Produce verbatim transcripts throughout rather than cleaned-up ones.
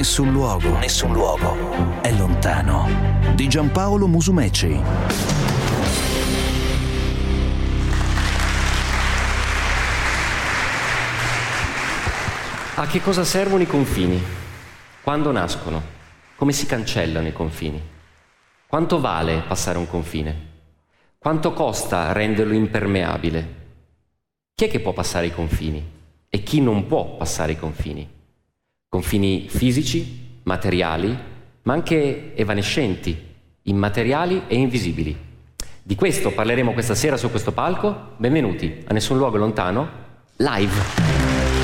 Nessun luogo, nessun luogo è lontano. Di Giampaolo Musumeci. A che cosa servono i confini? Quando nascono? Come si cancellano i confini? Quanto vale passare un confine? Quanto costa renderlo impermeabile? Chi è che può passare i confini? E chi non può passare i confini? Confini fisici, materiali, ma anche evanescenti, immateriali e invisibili. Di questo parleremo questa sera su questo palco. Benvenuti a Nessun luogo lontano, live.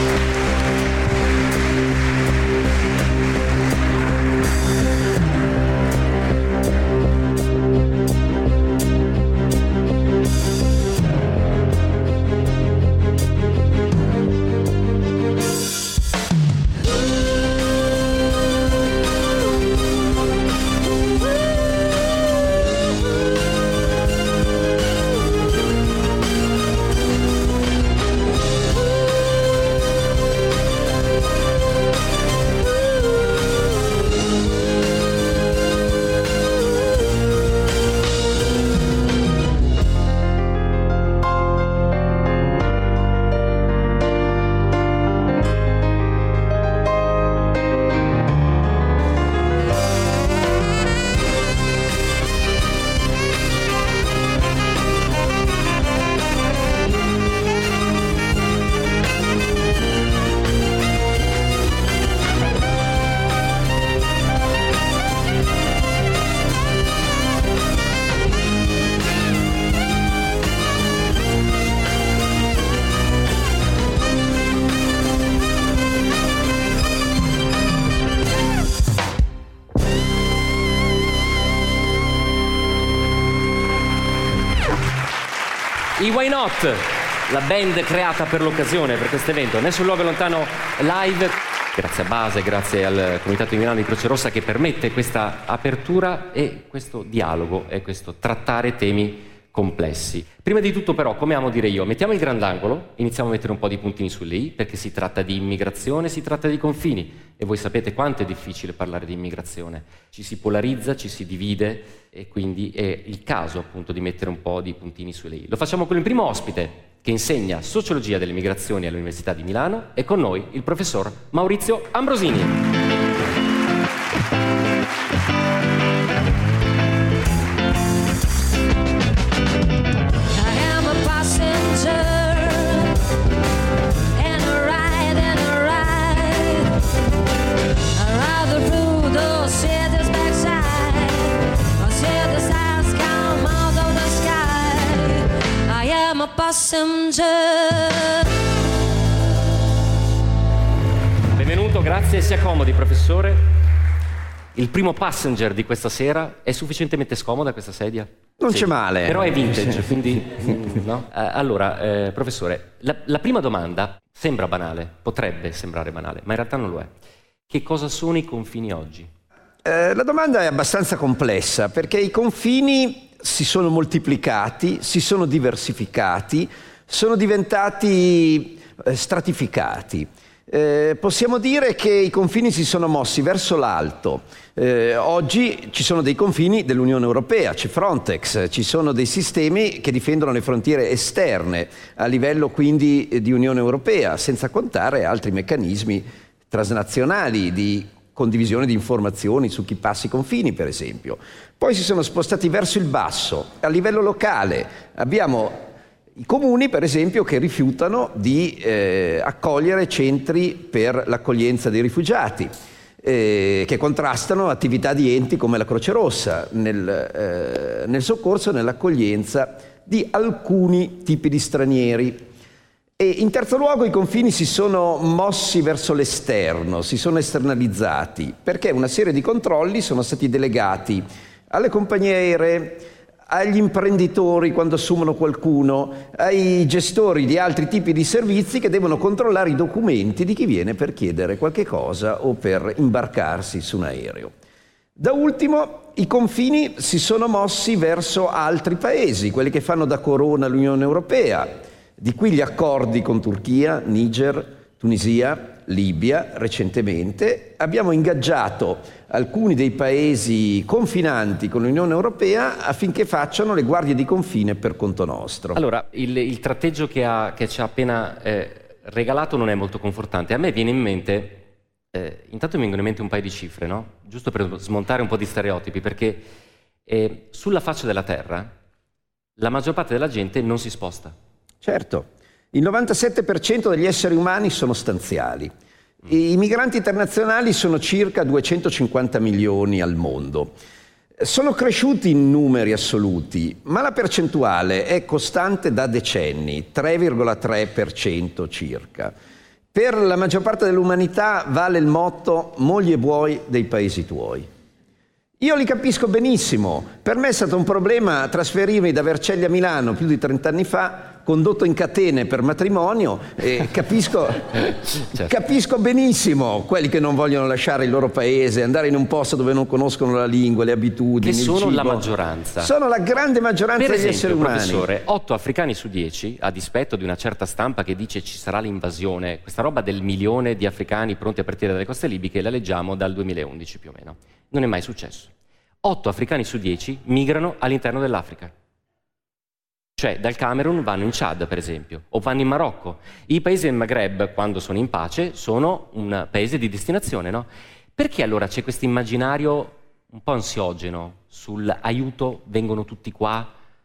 I Why Not, la band creata per l'occasione, per questo evento. Nessun luogo lontano live. Grazie a Base, grazie al Comitato di Milano di Croce Rossa che permette questa apertura e questo dialogo e questo trattare temi complessi. Prima di tutto però, come amo dire io, mettiamo il grandangolo, iniziamo a mettere un po' di puntini sulle i, perché si tratta di immigrazione, si tratta di confini. E voi sapete quanto è difficile parlare di immigrazione. Ci si polarizza, ci si divide e quindi è il caso appunto di mettere un po' di puntini sulle i. Lo facciamo con il primo ospite che insegna sociologia delle migrazioni all'Università di Milano e con noi il professor Maurizio Ambrosini. Benvenuto, grazie, si accomodi professore. Il primo passenger di questa sera. È sufficientemente scomoda questa sedia? Non sì. C'è male. Però è vintage, quindi no? Uh, allora, eh, professore, la, la prima domanda sembra banale, potrebbe sembrare banale, ma in realtà non lo è. Che cosa sono i confini oggi? Eh, la domanda è abbastanza complessa, perché i confini si sono moltiplicati, si sono diversificati, sono diventati eh, stratificati. Eh, possiamo dire che i confini si sono mossi verso l'alto. Eh, oggi ci sono dei confini dell'Unione Europea, c'è Frontex, ci sono dei sistemi che difendono le frontiere esterne a livello quindi di Unione Europea, senza contare altri meccanismi transnazionali di condivisione di informazioni su chi passa i confini, per esempio. Poi si sono spostati verso il basso, a livello locale. Abbiamo i comuni, per esempio, che rifiutano di eh, accogliere centri per l'accoglienza dei rifugiati, eh, che contrastano attività di enti come la Croce Rossa nel, eh, nel soccorso e nell'accoglienza di alcuni tipi di stranieri. E in terzo luogo i confini si sono mossi verso l'esterno, si sono esternalizzati, perché una serie di controlli sono stati delegati alle compagnie aeree, agli imprenditori quando assumono qualcuno, ai gestori di altri tipi di servizi che devono controllare i documenti di chi viene per chiedere qualche cosa o per imbarcarsi su un aereo. Da ultimo, i confini si sono mossi verso altri paesi, quelli che fanno da corona all'Unione Europea, di qui gli accordi con Turchia, Niger, Tunisia, Libia recentemente, abbiamo ingaggiato alcuni dei paesi confinanti con l'Unione Europea affinché facciano le guardie di confine per conto nostro. Allora, il, il tratteggio che, ha, che ci ha appena eh, regalato non è molto confortante. A me viene in mente, eh, intanto mi vengono in mente un paio di cifre, no? Giusto per smontare un po' di stereotipi, perché eh, sulla faccia della Terra la maggior parte della gente non si sposta. Certo, il novantasette per cento degli esseri umani sono stanziali. I migranti internazionali sono circa duecentocinquanta milioni al mondo. Sono cresciuti in numeri assoluti, ma la percentuale è costante da decenni, tre virgola tre per cento circa. Per la maggior parte dell'umanità vale il motto «mogli e buoi dei paesi tuoi». Io li capisco benissimo. Per me è stato un problema trasferirmi da Vercelli a Milano più di trent'anni fa, condotto in catene per matrimonio, e capisco, certo. capisco benissimo quelli che non vogliono lasciare il loro paese, andare in un posto dove non conoscono la lingua, le abitudini, che il sono cibo. la maggioranza. Sono la grande maggioranza per degli esempio, esseri umani. Professore, otto africani su dieci, a dispetto di una certa stampa che dice ci sarà l'invasione, questa roba del milione di africani pronti a partire dalle coste libiche la leggiamo dal duemilaundici più o meno. Non è mai successo. otto africani su dieci migrano all'interno dell'Africa. Cioè dal Camerun vanno in Chad, per esempio, o vanno in Marocco. I paesi del Maghreb, quando sono in pace, sono un paese di destinazione, no? Perché allora c'è questo immaginario un po' ansiogeno sull'aiuto, vengono tutti qua,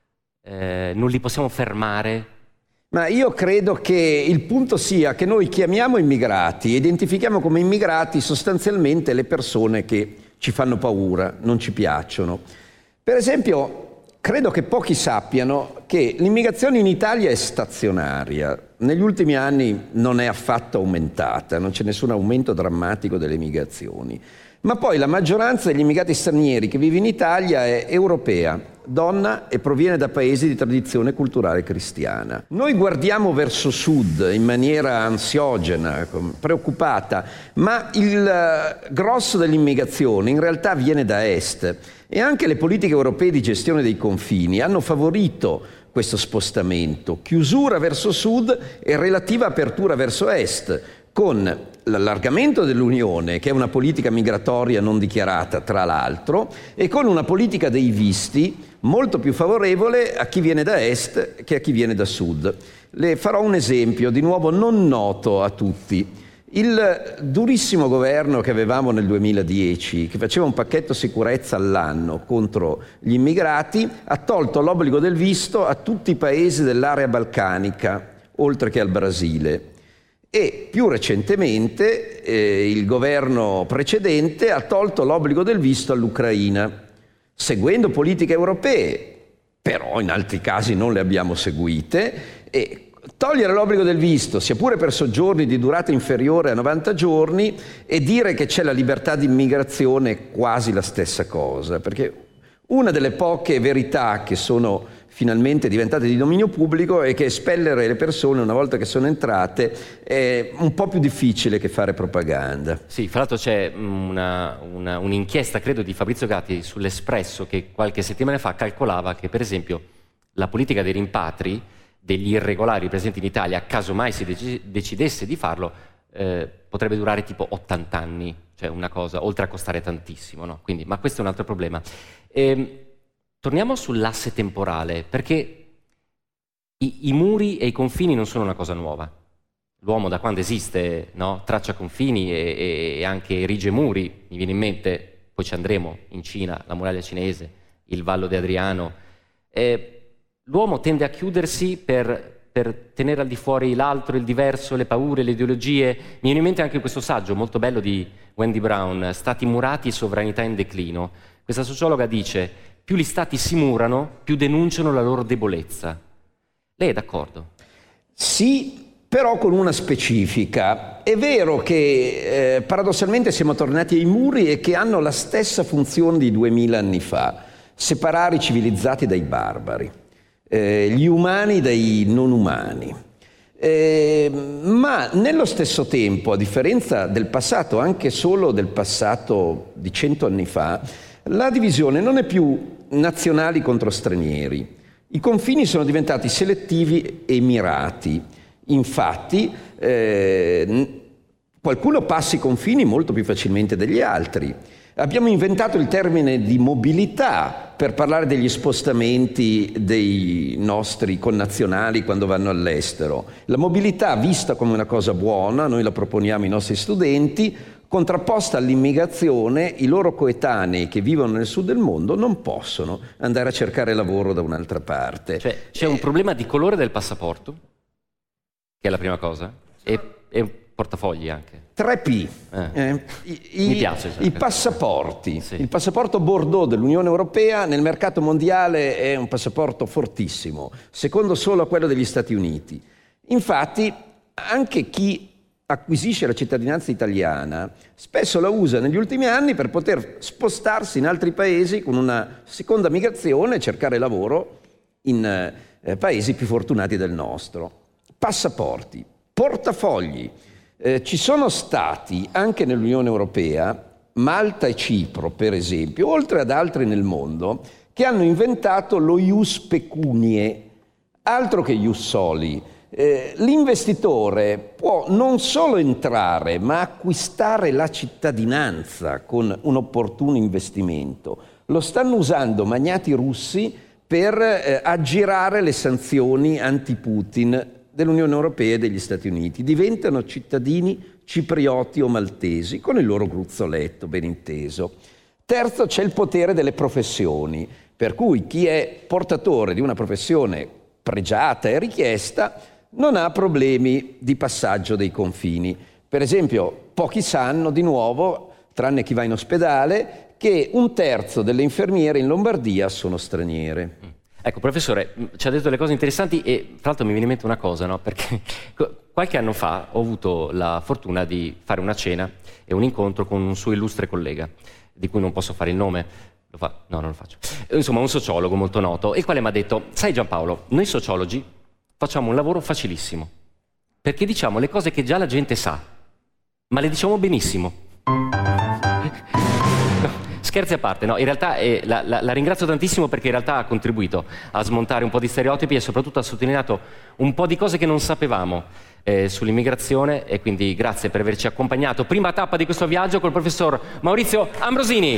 eh, non li possiamo fermare? Ma io credo che il punto sia che noi chiamiamo immigrati, identifichiamo come immigrati sostanzialmente le persone che ci fanno paura, non ci piacciono. Per esempio, credo che pochi sappiano che l'immigrazione in Italia è stazionaria. Negli ultimi anni non è affatto aumentata, non c'è nessun aumento drammatico delle migrazioni. Ma poi la maggioranza degli immigrati stranieri che vive in Italia è europea, donna e proviene da paesi di tradizione culturale cristiana. Noi guardiamo verso sud in maniera ansiogena, preoccupata, ma il grosso dell'immigrazione in realtà viene da est e anche le politiche europee di gestione dei confini hanno favorito questo spostamento, chiusura verso sud e relativa apertura verso est, con l'allargamento dell'Unione, che è una politica migratoria non dichiarata tra l'altro, e con una politica dei visti molto più favorevole a chi viene da est che a chi viene da sud. Le farò un esempio, di nuovo non noto a tutti. Il durissimo governo che avevamo nel duemiladieci, che faceva un pacchetto sicurezza all'anno contro gli immigrati, ha tolto l'obbligo del visto a tutti i paesi dell'area balcanica, oltre che al Brasile. E più recentemente eh, il governo precedente ha tolto l'obbligo del visto all'Ucraina, seguendo politiche europee, però in altri casi non le abbiamo seguite, e togliere l'obbligo del visto, sia pure per soggiorni di durata inferiore a novanta giorni, e dire che c'è la libertà di immigrazione è quasi la stessa cosa, perché una delle poche verità che sono finalmente diventate di dominio pubblico è che espellere le persone una volta che sono entrate è un po' più difficile che fare propaganda. Sì, fra l'altro c'è una, una, un'inchiesta, credo, di Fabrizio Gatti sull'Espresso che qualche settimana fa calcolava che, per esempio, la politica dei rimpatri degli irregolari presenti in Italia, casomai si dec- decidesse di farlo, eh, potrebbe durare tipo ottanta anni, cioè una cosa, oltre a costare tantissimo, no? Quindi, ma questo è un altro problema. E, torniamo sull'asse temporale, perché i, i muri e i confini non sono una cosa nuova. L'uomo da quando esiste, no? Traccia confini e, e anche erige muri, mi viene in mente, poi ci andremo in Cina, la muraglia cinese, il Vallo di Adriano. E l'uomo tende a chiudersi per, per tenere al di fuori l'altro, il diverso, le paure, le ideologie. Mi viene in mente anche questo saggio molto bello di Wendy Brown, Stati murati e sovranità in declino. Questa sociologa dice: più gli stati si murano, più denunciano la loro debolezza. Lei è d'accordo? Sì, però con una specifica. È vero che eh, paradossalmente siamo tornati ai muri e che hanno la stessa funzione di duemila anni fa, separare i civilizzati dai barbari, eh, gli umani dai non umani. Eh, ma nello stesso tempo, a differenza del passato, anche solo del passato di cento anni fa, la divisione non è più nazionali contro stranieri. I confini sono diventati selettivi e mirati. Infatti, eh, qualcuno passa i confini molto più facilmente degli altri. Abbiamo inventato il termine di mobilità per parlare degli spostamenti dei nostri connazionali quando vanno all'estero. La mobilità, vista come una cosa buona, noi la proponiamo ai nostri studenti, contrapposta all'immigrazione, i loro coetanei che vivono nel sud del mondo non possono andare a cercare lavoro da un'altra parte. Cioè, c'è un problema di colore del passaporto, che è la prima cosa, e, e portafogli anche. tre P. Eh. Eh, i, Mi piace. I passaporti. Sì. Il passaporto Bordeaux dell'Unione Europea nel mercato mondiale è un passaporto fortissimo, secondo solo a quello degli Stati Uniti. Infatti, anche chi acquisisce la cittadinanza italiana spesso la usa negli ultimi anni per poter spostarsi in altri paesi con una seconda migrazione e cercare lavoro in eh, paesi più fortunati del nostro. Passaporti, portafogli. Eh, ci sono stati anche nell'Unione Europea, Malta e Cipro per esempio, oltre ad altri nel mondo, che hanno inventato lo ius pecunie, altro che ius soli. Eh, l'investitore può non solo entrare, ma acquistare la cittadinanza con un opportuno investimento. Lo stanno usando magnati russi per eh, aggirare le sanzioni anti-Putin dell'Unione Europea e degli Stati Uniti. Diventano cittadini ciprioti o maltesi, con il loro gruzzoletto, ben inteso. Terzo, c'è il potere delle professioni, per cui chi è portatore di una professione pregiata e richiesta non ha problemi di passaggio dei confini. Per esempio, pochi sanno di nuovo, tranne chi va in ospedale, che un terzo delle infermiere in Lombardia sono straniere. Ecco, professore, ci ha detto delle cose interessanti e tra l'altro mi viene in mente una cosa, no? Perché qualche anno fa ho avuto la fortuna di fare una cena e un incontro con un suo illustre collega, di cui non posso fare il nome. Lo fa? No, non lo faccio. Insomma, un sociologo molto noto, il quale mi ha detto: sai Giampaolo, noi sociologi facciamo un lavoro facilissimo, perché diciamo le cose che già la gente sa, ma le diciamo benissimo. No, scherzi a parte, no, in realtà eh, la, la, la ringrazio tantissimo perché in realtà ha contribuito a smontare un po' di stereotipi e soprattutto ha sottolineato un po' di cose che non sapevamo eh, sull'immigrazione, e quindi grazie per averci accompagnato. Prima tappa di questo viaggio col professor Maurizio Ambrosini.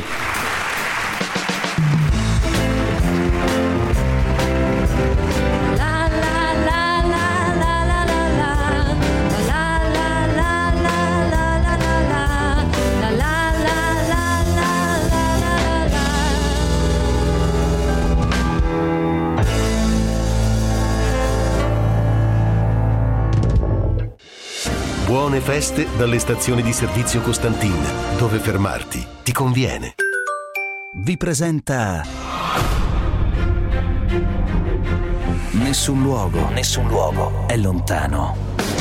Buone feste dalle stazioni di servizio Costantin, dove fermarti ti conviene. Vi presenta Nessun luogo, nessun luogo è lontano.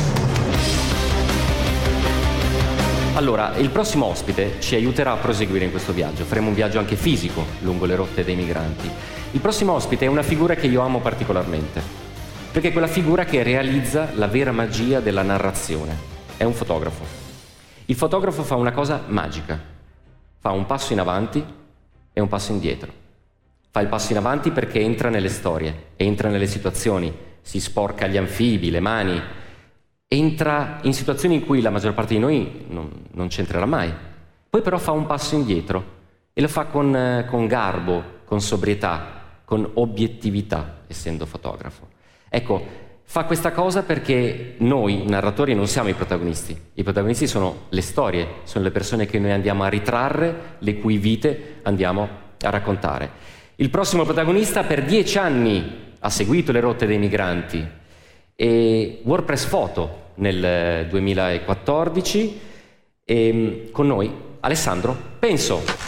Allora, il prossimo ospite ci aiuterà a proseguire in questo viaggio. Faremo un viaggio anche fisico lungo le rotte dei migranti. Il prossimo ospite è una figura che io amo particolarmente, perché è quella figura che realizza la vera magia della narrazione. È un fotografo. Il fotografo fa una cosa magica. Fa un passo in avanti e un passo indietro. Fa il passo in avanti perché entra nelle storie, entra nelle situazioni, si sporca gli anfibi, le mani, entra in situazioni in cui la maggior parte di noi non, non c'entrerà mai. Poi però fa un passo indietro e lo fa con, con garbo, con sobrietà, con obiettività, essendo fotografo. Ecco, fa questa cosa perché noi, narratori, non siamo i protagonisti. I protagonisti sono le storie, sono le persone che noi andiamo a ritrarre, le cui vite andiamo a raccontare. Il prossimo protagonista per dieci anni ha seguito le rotte dei migranti e WordPress Photo nel duemilaquattordici, e con noi Alessandro Penso.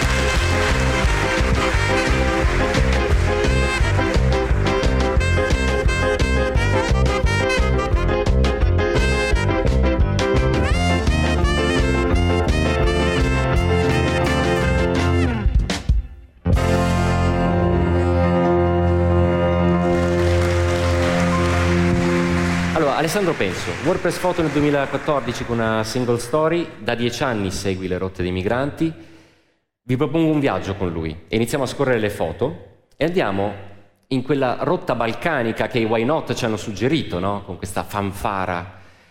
Alessandro Penso, WordPress Photo nel duemilaquattordici con una single story, da dieci anni segui le rotte dei migranti. Vi propongo un viaggio con lui e iniziamo a scorrere le foto e andiamo in quella rotta balcanica che i Why Not ci hanno suggerito, no? Con questa fanfara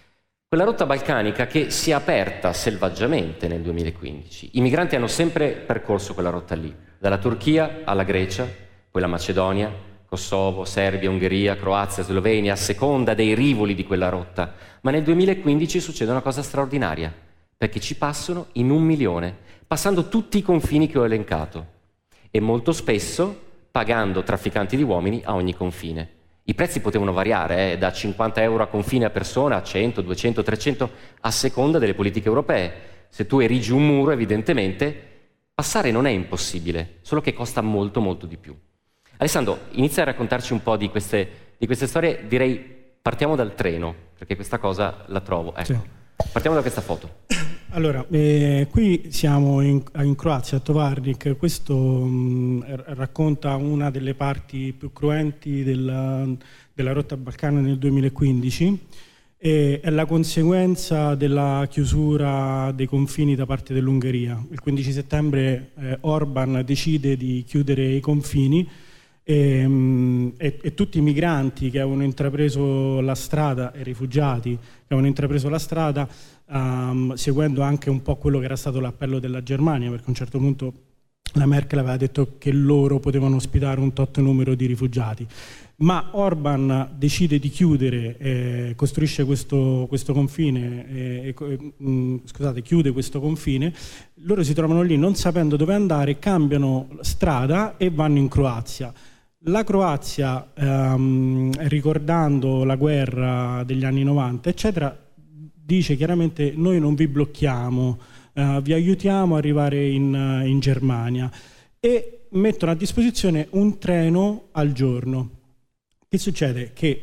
Quella rotta balcanica che si è aperta selvaggiamente nel duemilaquindici. I migranti hanno sempre percorso quella rotta lì, dalla Turchia alla Grecia, poi la Macedonia, Kosovo, Serbia, Ungheria, Croazia, Slovenia, a seconda dei rivoli di quella rotta. Ma nel duemilaquindici succede una cosa straordinaria, perché ci passano in un milione, passando tutti i confini che ho elencato, e molto spesso pagando trafficanti di uomini a ogni confine. I prezzi potevano variare, eh, da cinquanta euro a confine a persona a cento, duecento, trecento, a seconda delle politiche europee. Se tu erigi un muro, evidentemente, passare non è impossibile, solo che costa molto, molto di più. Alessandro, inizia a raccontarci un po' di queste, di queste storie. Direi partiamo dal treno, perché questa cosa la trovo. Ecco. Sì. Partiamo da questa foto. Allora, eh, qui siamo in, in Croazia, a Tovarnik. Questo mh, racconta una delle parti più cruenti della, della rotta balcanica nel duemilaquindici. E è la conseguenza della chiusura dei confini da parte dell'Ungheria. Il quindici settembre eh, Orban decide di chiudere i confini e, mh, e, e tutti i migranti che avevano intrapreso la strada, e rifugiati che avevano intrapreso la strada, Um, seguendo anche un po' quello che era stato l'appello della Germania, perché a un certo punto la Merkel aveva detto che loro potevano ospitare un tot numero di rifugiati. Ma Orban decide di chiudere, eh, costruisce questo, questo confine, eh, eh, mh, scusate, chiude questo confine. Loro si trovano lì non sapendo dove andare, cambiano strada e vanno in Croazia. La Croazia, ehm, ricordando la guerra degli anni novanta, eccetera, dice chiaramente: noi non vi blocchiamo, uh, vi aiutiamo ad arrivare in, uh, in Germania, e mettono a disposizione un treno al giorno. Che succede? Che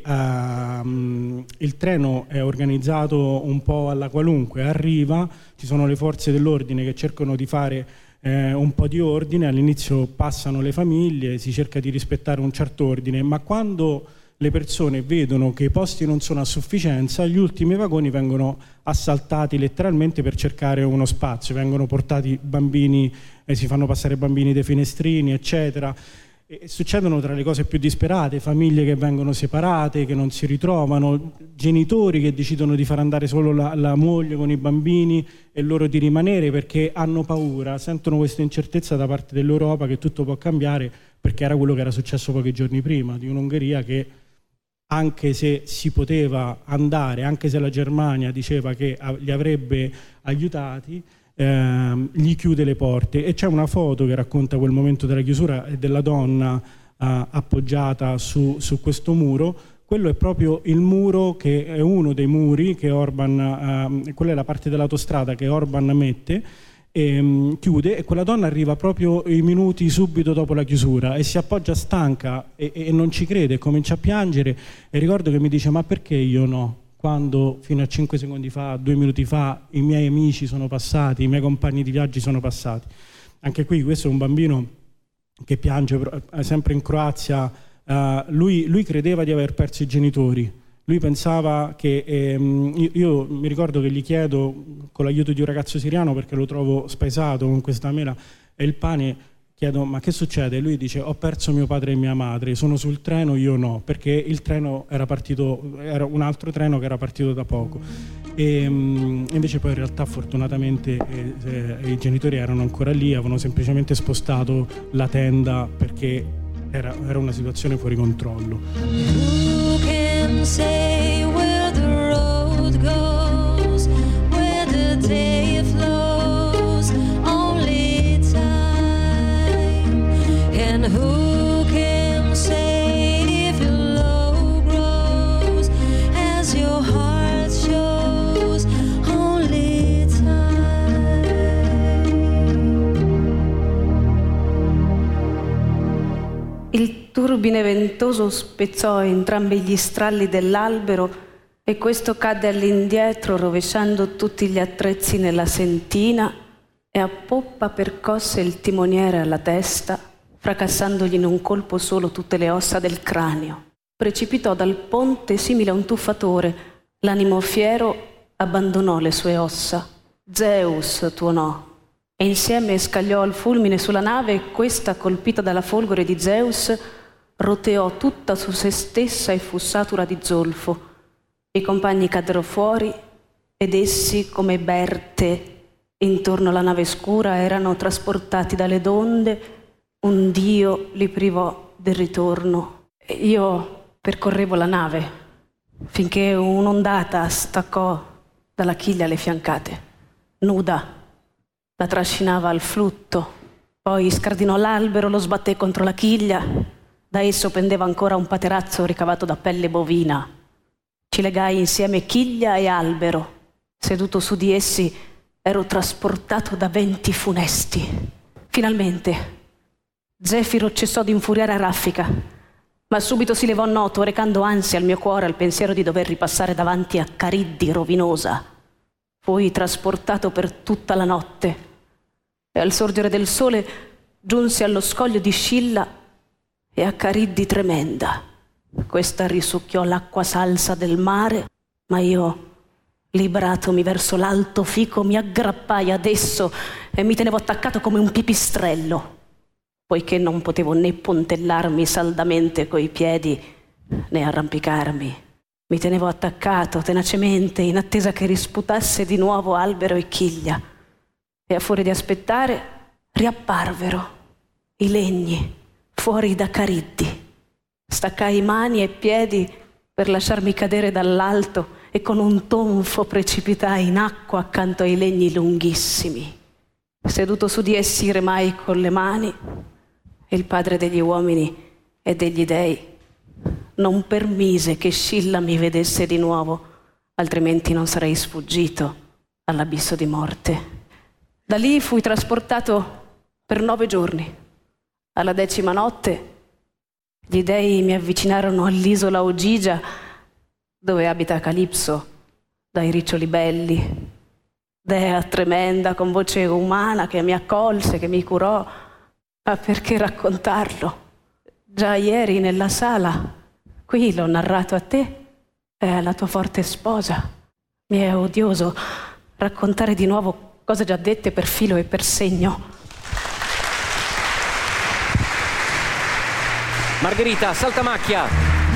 uh, il treno è organizzato un po' alla qualunque, arriva, ci sono le forze dell'ordine che cercano di fare eh, un po' di ordine, all'inizio passano le famiglie, si cerca di rispettare un certo ordine, ma quando le persone vedono che i posti non sono a sufficienza, gli ultimi vagoni vengono assaltati letteralmente per cercare uno spazio, vengono portati bambini, eh, si fanno passare bambini dai finestrini, eccetera. E succedono tra le cose più disperate, famiglie che vengono separate, che non si ritrovano, genitori che decidono di far andare solo la, la moglie con i bambini e loro di rimanere perché hanno paura, sentono questa incertezza da parte dell'Europa che tutto può cambiare, perché era quello che era successo pochi giorni prima, di un'Ungheria che, anche se si poteva andare, anche se la Germania diceva che li avrebbe aiutati, eh, gli chiude le porte. E c'è una foto che racconta quel momento della chiusura della donna eh, appoggiata su, su questo muro. Quello è proprio il muro, che è uno dei muri che Orban, eh, quella è la parte dell'autostrada che Orban mette, e um, chiude, e quella donna arriva proprio i minuti subito dopo la chiusura e si appoggia stanca e, e non ci crede, comincia a piangere, e ricordo che mi dice: ma perché io no? Quando fino a cinque secondi fa, due minuti fa, i miei amici sono passati, i miei compagni di viaggi sono passati. Anche qui questo è un bambino che piange, sempre in Croazia. Uh, lui, lui credeva di aver perso i genitori. Lui pensava che, ehm, io, io mi ricordo che gli chiedo, con l'aiuto di un ragazzo siriano, perché lo trovo spaesato con questa mela e il pane, chiedo: ma che succede? E lui dice: ho perso mio padre e mia madre, sono sul treno, io no, perché il treno era partito, era un altro treno che era partito da poco. E um, invece poi in realtà fortunatamente eh, eh, i genitori erano ancora lì, avevano semplicemente spostato la tenda perché era, era una situazione fuori controllo. Say where the road goes, where the day flows, only time. And who can say if your love grows as your heart shows, only time. Il turbine ventoso spezzò entrambi gli stralli dell'albero e questo cadde all'indietro rovesciando tutti gli attrezzi nella sentina e a poppa percosse il timoniere alla testa, fracassandogli in un colpo solo tutte le ossa del cranio. Precipitò dal ponte simile a un tuffatore, l'animo fiero abbandonò le sue ossa. Zeus tuonò e insieme scagliò il fulmine sulla nave e questa, colpita dalla folgore di Zeus, roteò tutta su se stessa e fu satura di zolfo. I compagni caddero fuori ed essi, come berte intorno alla nave scura, erano trasportati dalle onde. Un dio li privò del ritorno. Io percorrevo la nave finché un'ondata staccò dalla chiglia le fiancate. Nuda, la trascinava al flutto, poi scardinò l'albero, lo sbatté contro la chiglia. Da esso pendeva ancora un paterazzo ricavato da pelle bovina. Ci legai insieme chiglia e albero. Seduto su di essi ero trasportato da venti funesti. Finalmente Zefiro cessò di infuriare a raffica, ma subito si levò noto, recando ansia al mio cuore al pensiero di dover ripassare davanti a Cariddi rovinosa. Fui trasportato per tutta la notte e al sorgere del sole giunsi allo scoglio di Scilla e a Cariddi tremenda. Questa risucchiò l'acqua salsa del mare, ma io, libratomi verso l'alto fico, mi aggrappai ad esso e mi tenevo attaccato come un pipistrello, poiché non potevo né puntellarmi saldamente coi piedi né arrampicarmi. Mi tenevo attaccato tenacemente in attesa che risputasse di nuovo albero e chiglia, e a furia di aspettare riapparvero i legni fuori da Cariddi. Staccai mani e piedi per lasciarmi cadere dall'alto e con un tonfo precipitai in acqua accanto ai legni lunghissimi. Seduto su di essi remai con le mani, e il padre degli uomini e degli dei non permise che Scilla mi vedesse di nuovo, altrimenti non sarei sfuggito all'abisso di morte. Da lì fui trasportato per nove giorni. Alla decima notte gli dei mi avvicinarono all'isola Ogygia, dove abita Calipso, dai riccioli belli. Dea tremenda, con voce umana, che mi accolse, che mi curò. Ma perché raccontarlo? Già ieri nella sala, qui l'ho narrato a te e alla tua forte sposa. Mi è odioso raccontare di nuovo cose già dette per filo e per segno. Margherita Saltamacchia.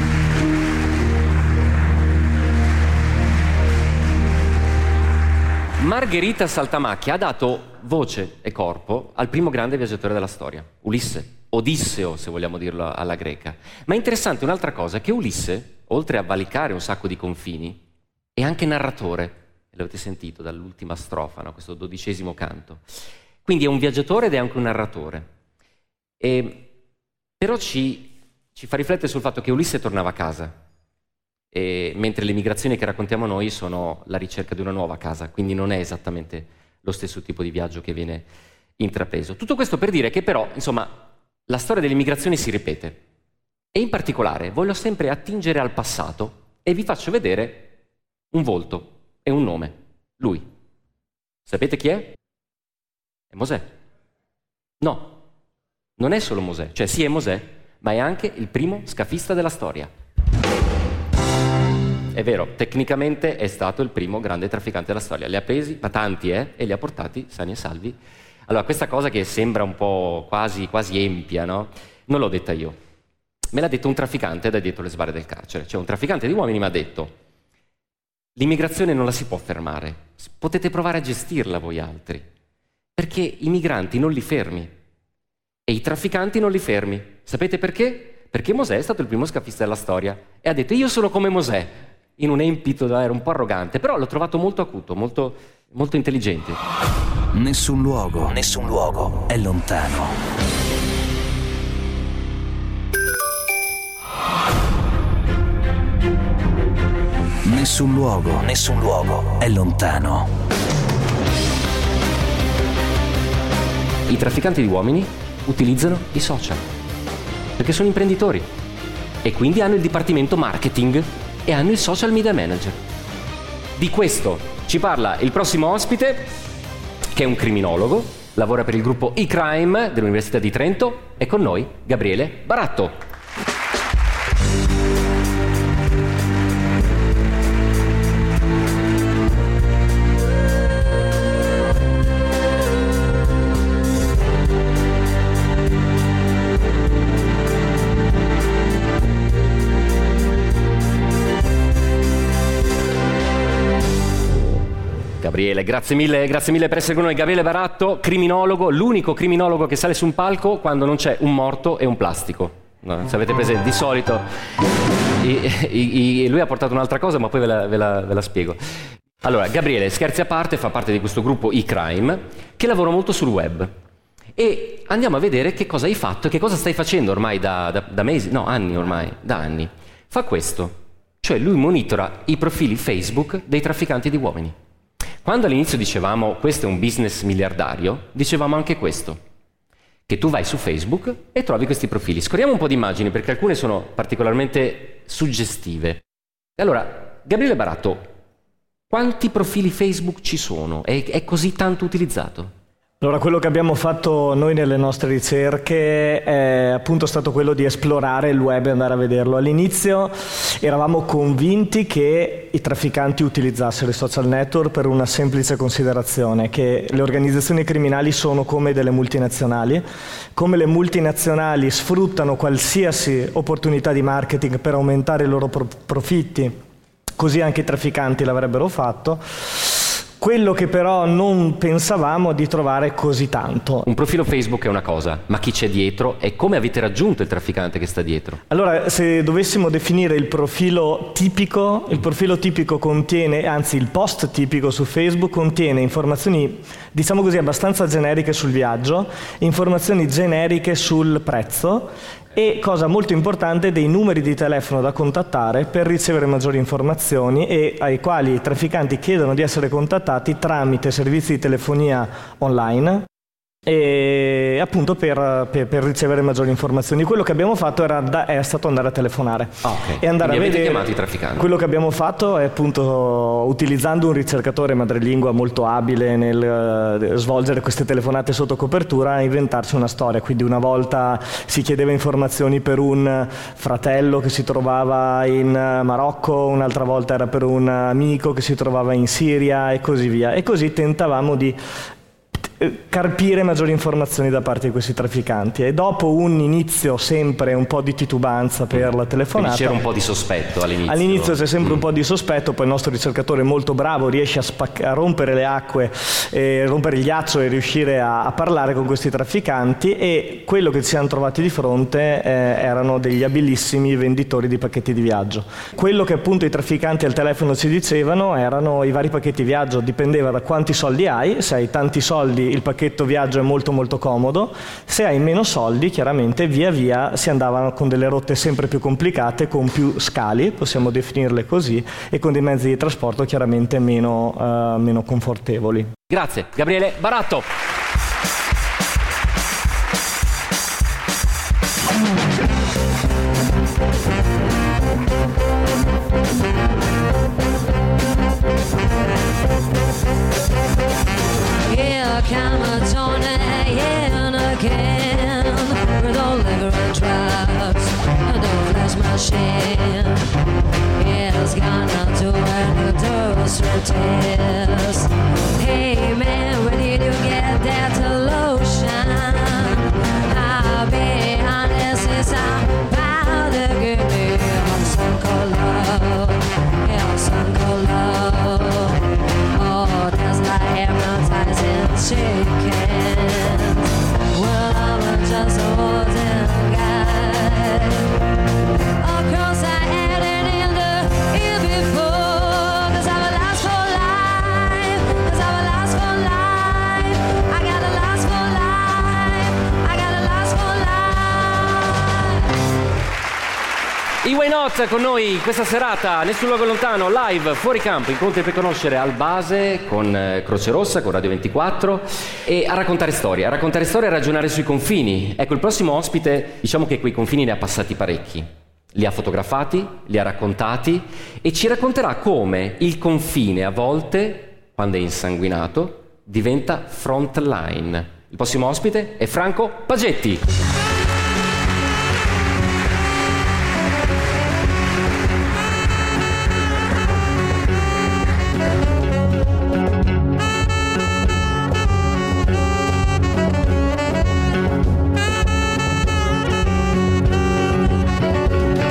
Margherita Saltamacchia ha dato voce e corpo al primo grande viaggiatore della storia, Ulisse, Odisseo se vogliamo dirlo alla greca. Ma è interessante un'altra cosa, che Ulisse, oltre a valicare un sacco di confini, è anche narratore, l'avete sentito dall'ultima strofa, no? Questo dodicesimo canto. Quindi è un viaggiatore ed è anche un narratore. E, però ci, ci fa riflettere sul fatto che Ulisse tornava a casa, e, mentre le migrazioni che raccontiamo noi sono la ricerca di una nuova casa, quindi non è esattamente lo stesso tipo di viaggio che viene intrapreso. Tutto questo per dire che però, insomma, la storia delle migrazioni si ripete, e in particolare voglio sempre attingere al passato e vi faccio vedere un volto e un nome, lui. Sapete chi è? È Mosè. No, non è solo Mosè, cioè sì è Mosè, ma è anche il primo scafista della storia. È vero, tecnicamente è stato il primo grande trafficante della storia, li ha presi, ma tanti eh, e li ha portati sani e salvi. Allora, questa cosa che sembra un po' quasi, quasi empia, no? Non l'ho detta io, me l'ha detto un trafficante da dietro le sbarre del carcere, cioè un trafficante di uomini mi ha detto: l'immigrazione non la si può fermare, potete provare a gestirla voi altri, perché i migranti non li fermi e i trafficanti non li fermi. Sapete perché? Perché Mosè è stato il primo scafista della storia e ha detto: io sono come Mosè, in un empito da era un po' arrogante, però l'ho trovato molto acuto, molto, molto intelligente. Nessun luogo, nessun luogo è lontano. Nessun luogo, nessun luogo è lontano. I trafficanti di uomini utilizzano i social, perché sono imprenditori e quindi hanno il dipartimento marketing e hanno il social media manager. Di questo ci parla il prossimo ospite, che è un criminologo, lavora per il gruppo e-crime dell'Università di Trento. È con noi Gabriele Baratto. Gabriele, grazie mille, grazie mille per essere con noi. Gabriele Baratto, criminologo, l'unico criminologo che sale su un palco quando non c'è un morto e un plastico. No, se avete presente, di solito i, i, i, lui ha portato un'altra cosa, ma poi ve la, ve la, ve la spiego. Allora, Gabriele, scherzi a parte, fa parte di questo gruppo eCrime che lavora molto sul web. E andiamo a vedere che cosa hai fatto e che cosa stai facendo ormai da, da, da mesi, no, anni ormai, da anni. Fa questo, cioè lui monitora i profili Facebook dei trafficanti di uomini. Quando all'inizio dicevamo questo è un business miliardario, dicevamo anche questo, che tu vai su Facebook e trovi questi profili. Scorriamo un po' di immagini perché alcune sono particolarmente suggestive. E allora, Gabriele Baratto, quanti profili Facebook ci sono? È, è così tanto utilizzato? Allora, quello che abbiamo fatto noi nelle nostre ricerche è appunto stato quello di esplorare il web e andare a vederlo. All'inizio eravamo convinti che i trafficanti utilizzassero i social network per una semplice considerazione, che le organizzazioni criminali sono come delle multinazionali, come le multinazionali sfruttano qualsiasi opportunità di marketing per aumentare i loro pro- profitti, così anche i trafficanti l'avrebbero fatto. Quello che però non pensavamo di trovare così tanto. Un profilo Facebook è una cosa, ma chi c'è dietro e come avete raggiunto il trafficante che sta dietro? Allora, se dovessimo definire il profilo tipico, il profilo tipico contiene, anzi il post tipico su Facebook contiene informazioni, diciamo così, abbastanza generiche sul viaggio, informazioni generiche sul prezzo e, cosa molto importante, dei numeri di telefono da contattare per ricevere maggiori informazioni e ai quali i trafficanti chiedono di essere contattati tramite servizi di telefonia online e appunto per, per, per ricevere maggiori informazioni. Quello che abbiamo fatto era da, è stato andare a telefonare ah, okay. e andare Quindi a avete vedere. chiamato i trafficanti. Quello che abbiamo fatto è appunto, utilizzando un ricercatore madrelingua molto abile nel uh, svolgere queste telefonate sotto copertura, inventarci una storia. Quindi una volta si chiedeva informazioni per un fratello che si trovava in Marocco, un'altra volta era per un amico che si trovava in Siria e così via, e così tentavamo di carpire maggiori informazioni da parte di questi trafficanti. E dopo un inizio sempre un po' di titubanza per la telefonata, quindi c'era un po' di sospetto all'inizio. All'inizio c'è sempre mm. un po' di sospetto, poi il nostro ricercatore molto bravo riesce a, spac- a rompere le acque, e rompere il ghiaccio e riuscire a, a parlare con questi trafficanti, e quello che ci siamo trovati di fronte eh, erano degli abilissimi venditori di pacchetti di viaggio. Quello che appunto i trafficanti al telefono ci dicevano erano i vari pacchetti viaggio, dipendeva da quanti soldi hai. Se hai tanti soldi il pacchetto viaggio è molto molto comodo, se hai meno soldi chiaramente via via si andavano con delle rotte sempre più complicate, con più scali, possiamo definirle così, e con dei mezzi di trasporto chiaramente meno, uh, meno confortevoli. Grazie. Gabriele Baratto. Hey man, where did you get that lotion? I'll be honest, it's about the good news. Some call love, yeah, some call love. Oh, that's like hypnotizing chicken. Well, I'm just a holding guy. Of course I had it in the year before, 'cause I'm a last for life, 'cause I'm a last for life, I got a last for life, I got a last for life. I Why Not con noi questa serata, Nessun luogo lontano, live, fuori campo, incontri per conoscere al base con eh, Croce Rossa, con Radio ventiquattro, e a raccontare storie, a raccontare storie e a ragionare sui confini. Ecco, il prossimo ospite, diciamo che quei confini ne ha passati parecchi. Li ha fotografati, li ha raccontati e ci racconterà come il confine a volte, quando è insanguinato, diventa front line. Il prossimo ospite è Franco Pagetti.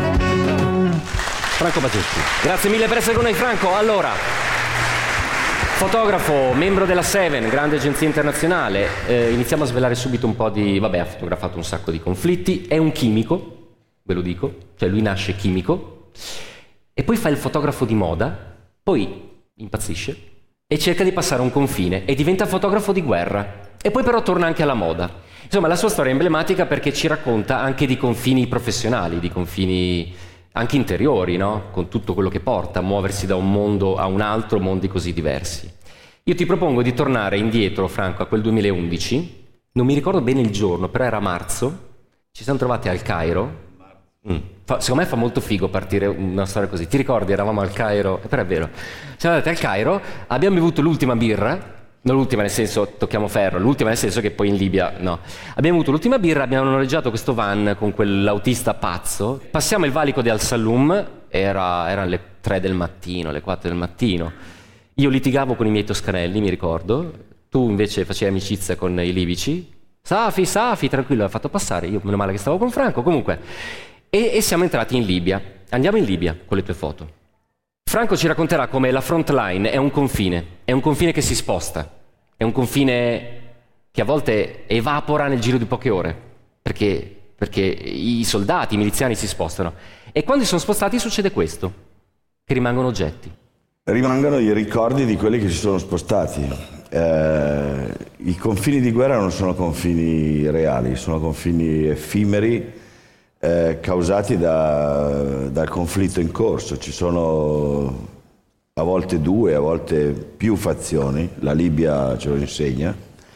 Franco Pagetti. Grazie mille per essere con noi, Franco. Allora, Fotografo, membro della Seven, grande agenzia internazionale. Eh, iniziamo a svelare subito un po' di... Vabbè, ha fotografato un sacco di conflitti. È un chimico, ve lo dico. Cioè lui nasce chimico. E poi fa il fotografo di moda. Poi impazzisce. E cerca di passare un confine. E diventa fotografo di guerra. E poi però torna anche alla moda. Insomma, la sua storia è emblematica perché ci racconta anche di confini professionali, di confini... anche interiori, no? Con tutto quello che porta a muoversi da un mondo a un altro, mondi così diversi. Io ti propongo di tornare indietro, Franco, a quel duemilaundici, non mi ricordo bene il giorno, però era marzo, ci siamo trovati al Cairo. Mm. Fa, secondo me fa molto figo partire una storia così. Ti ricordi, eravamo al Cairo, però è vero, siamo andati al Cairo, abbiamo bevuto l'ultima birra, non l'ultima nel senso tocchiamo ferro, l'ultima nel senso che poi in Libia no. Abbiamo avuto l'ultima birra, abbiamo noleggiato questo van con quell'autista pazzo, passiamo il valico di Al Saloom, era, erano le tre del mattino, le quattro del mattino, io litigavo con i miei toscanelli, mi ricordo, tu invece facevi amicizia con i libici, Safi, Safi, tranquillo, l'ha fatto passare, io meno male che stavo con Franco, comunque, e, e siamo entrati in Libia, andiamo in Libia con le tue foto. Franco ci racconterà come la front line è un confine, è un confine che si sposta, è un confine che a volte evapora nel giro di poche ore, perché, perché i soldati, i miliziani si spostano. E quando si sono spostati succede questo, che rimangono oggetti. Rimangono i ricordi di quelli che si sono spostati. Eh, I confini di guerra non sono confini reali, sono confini effimeri, Eh, causati da, dal conflitto in corso. Ci sono a volte due, a volte più fazioni, la Libia ce lo insegna,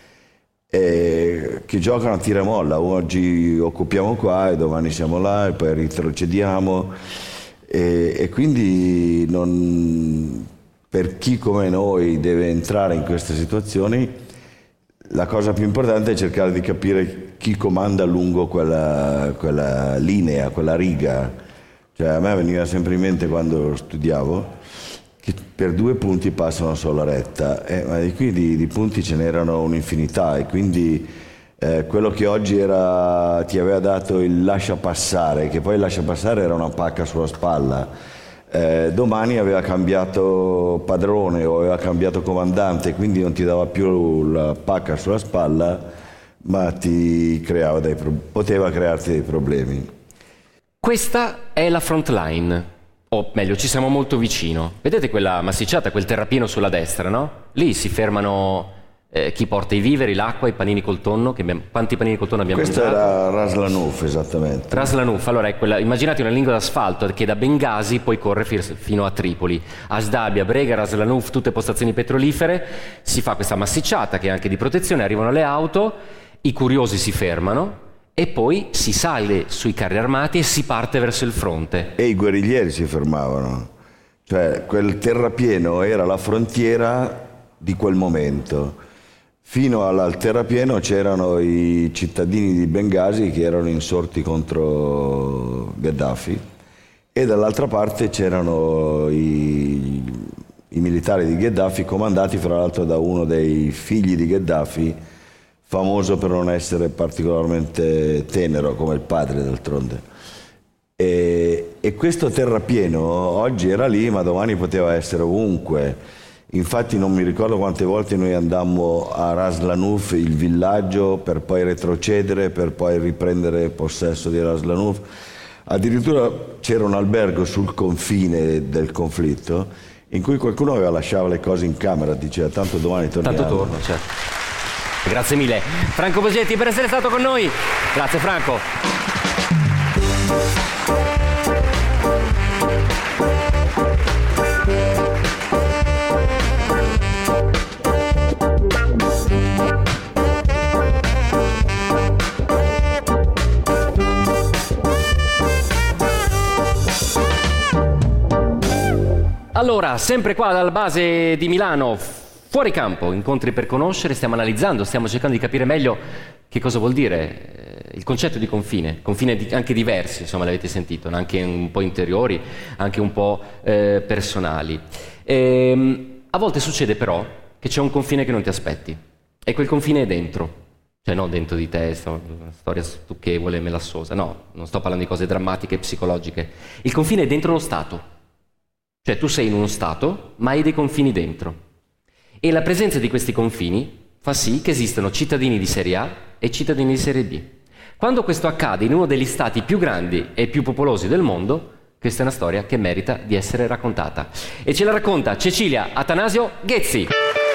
e che giocano a tira e molla. Oggi occupiamo qua e domani siamo là e poi retrocediamo, e, e quindi non, per chi come noi deve entrare in queste situazioni, la cosa più importante è cercare di capire chi comanda lungo quella, quella linea, quella riga. Cioè, a me veniva sempre in mente quando studiavo che per due punti passa una sola retta, eh, ma di qui di, di punti ce n'erano un'infinità, e quindi eh, quello che oggi era, ti aveva dato il lascia passare, che poi il lascia passare era una pacca sulla spalla, Eh, domani aveva cambiato padrone o aveva cambiato comandante, quindi non ti dava più la pacca sulla spalla, ma ti creava dei pro- poteva crearti dei problemi. Questa è la front line, o meglio, ci siamo molto vicino. Vedete quella massicciata, quel terrapieno sulla destra, no? Lì si fermano eh, chi porta i viveri, l'acqua, i panini col tonno. Che abbiamo, quanti panini col tonno abbiamo Questa mangiato? era Ras Lanuf, esattamente. Ras Lanuf, allora è quella, immaginate una lingua d'asfalto che da Bengasi poi corre fino a Tripoli. Asdabia, Brega, Ras Lanuf, tutte postazioni petrolifere, si fa questa massicciata che è anche di protezione, arrivano le auto, i curiosi si fermano e poi si sale sui carri armati e si parte verso il fronte. E i guerriglieri si fermavano, cioè quel terrapieno era la frontiera di quel momento. Fino al terrapieno c'erano i cittadini di Bengasi che erano insorti contro Gheddafi, e dall'altra parte c'erano i, i militari di Gheddafi, comandati fra l'altro da uno dei figli di Gheddafi, famoso per non essere particolarmente tenero come il padre d'altronde. E, e questo terrapieno oggi era lì, ma domani poteva essere ovunque. Infatti non mi ricordo quante volte noi andammo a Ras Lanuf, il villaggio, per poi retrocedere, per poi riprendere possesso di Ras Lanuf. Addirittura c'era un albergo sul confine del conflitto in cui qualcuno aveva lasciato le cose in camera, diceva tanto domani torniamo. Tanto torno, certo. Grazie mille Franco Bosetti per essere stato con noi. Grazie Franco. Allora, sempre qua dalla base di Milano, fuori campo, incontri per conoscere, stiamo analizzando, stiamo cercando di capire meglio che cosa vuol dire eh, il concetto di confine, confine di, anche diversi, insomma l'avete sentito, anche un po' interiori, anche un po' eh, personali. E, a volte succede però che c'è un confine che non ti aspetti, e quel confine è dentro, cioè non dentro di te, sto, una storia stucchevole, melassosa, no, non sto parlando di cose drammatiche e psicologiche, il confine è dentro lo Stato. Cioè tu sei in uno Stato, ma hai dei confini dentro. E la presenza di questi confini fa sì che esistano cittadini di serie A e cittadini di serie B. Quando questo accade in uno degli stati più grandi e più popolosi del mondo, questa è una storia che merita di essere raccontata. E ce la racconta Cecilia Atanasio Ghezzi.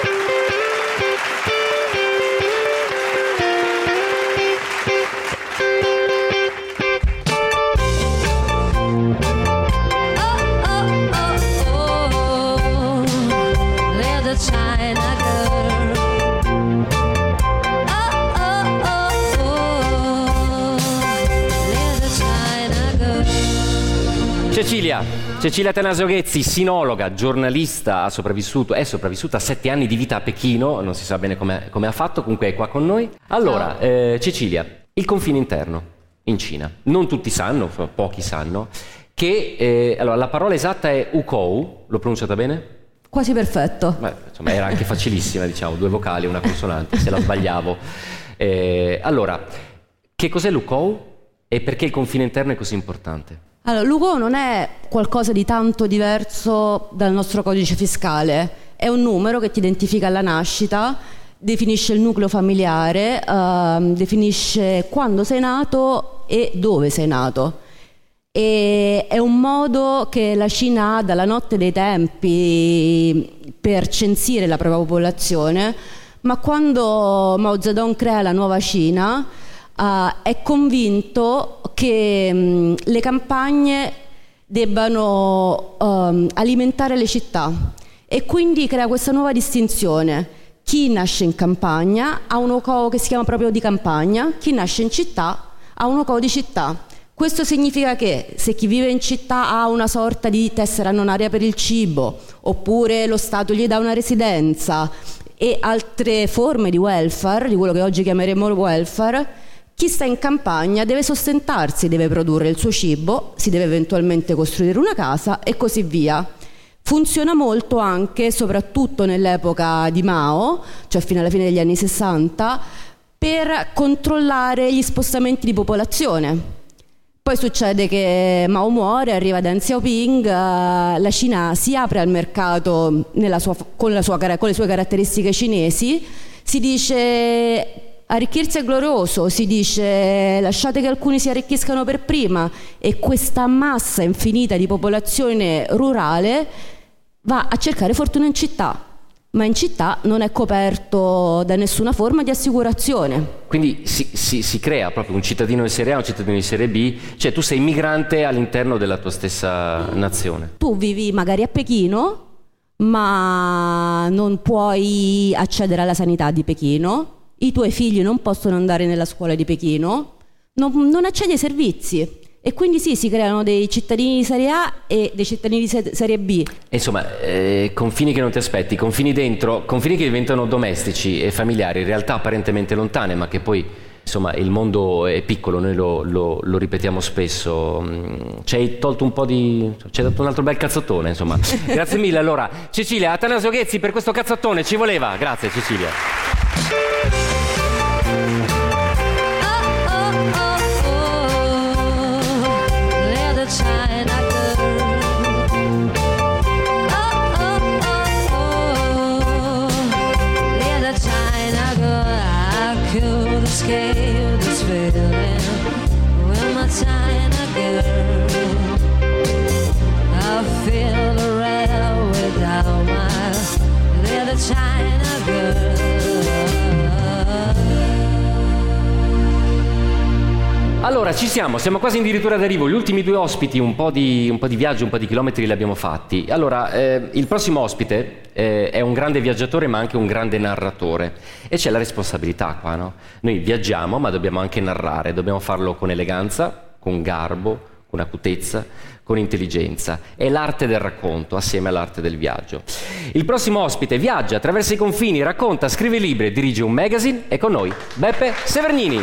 Cecilia, Cecilia Atanasio Ghezzi, sinologa, giornalista, ha sopravvissuto, è sopravvissuta a sette anni di vita a Pechino, non si sa bene come ha fatto, comunque è qua con noi. Allora, eh, Cecilia, il confine interno in Cina, non tutti sanno, pochi sanno, che eh, allora, la parola esatta è Hukou, l'ho pronunciata bene? Quasi perfetto. Beh, insomma, era anche facilissima, diciamo, due vocali, una consonante, se la sbagliavo. Eh, allora, che cos'è l'Hukou e perché il confine interno è così importante? Allora, l'Hukou non è qualcosa di tanto diverso dal nostro codice fiscale, è un numero che ti identifica alla nascita, definisce il nucleo familiare, uh, definisce quando sei nato e dove sei nato. E è un modo che la Cina ha dalla notte dei tempi per censire la propria popolazione, ma quando Mao Zedong crea la nuova Cina, Uh, è convinto che um, le campagne debbano um, alimentare le città e quindi crea questa nuova distinzione. Chi nasce in campagna ha un Hukou che si chiama proprio di campagna, chi nasce in città ha un Hukou di città. Questo significa che se chi vive in città ha una sorta di tessera non aria per il cibo, oppure lo Stato gli dà una residenza e altre forme di welfare, di quello che oggi chiameremo welfare, chi sta in campagna deve sostentarsi, deve produrre il suo cibo, si deve eventualmente costruire una casa e così via. Funziona molto anche, soprattutto nell'epoca di Mao, cioè fino alla fine degli anni sessanta, per controllare gli spostamenti di popolazione. Poi succede che Mao muore, arriva Deng Xiaoping, la Cina si apre al mercato nella sua, con, la sua, con le sue caratteristiche cinesi, si dice arricchirsi è glorioso, si dice lasciate che alcuni si arricchiscano per prima, e questa massa infinita di popolazione rurale va a cercare fortuna in città, ma in città non è coperto da nessuna forma di assicurazione. Quindi si, si, si crea proprio un cittadino di serie A, un cittadino di serie B, cioè tu sei migrante all'interno della tua stessa nazione. Tu vivi magari a Pechino, ma non puoi accedere alla sanità di Pechino, i tuoi figli non possono andare nella scuola di Pechino, non, non accedi ai servizi. E quindi sì, si creano dei cittadini di serie A e dei cittadini di serie B. Insomma, eh, confini che non ti aspetti, confini dentro, confini che diventano domestici e familiari, in realtà apparentemente lontane, ma che poi, insomma, il mondo è piccolo, noi lo, lo, lo ripetiamo spesso. Ci hai tolto un po' di... ci hai dato un altro bel cazzottone, insomma. Grazie mille, allora. Cecilia Atanasio Ghezzi per questo cazzottone, ci voleva. Grazie, Cecilia. Escape this feeling with my China girl. I feel the red without my little China girl. Allora, ci siamo, siamo quasi addirittura d'arrivo. Gli ultimi due ospiti, un po' di, un po' di viaggio, un po' di chilometri li abbiamo fatti. Allora, eh, il prossimo ospite eh, è un grande viaggiatore ma anche un grande narratore. E c'è la responsabilità qua, no? Noi viaggiamo ma dobbiamo anche narrare, dobbiamo farlo con eleganza, con garbo, con acutezza, con intelligenza. È l'arte del racconto assieme all'arte del viaggio. Il prossimo ospite viaggia, attraversa i confini, racconta, scrive libri e dirige un magazine. E con noi Beppe Severnini.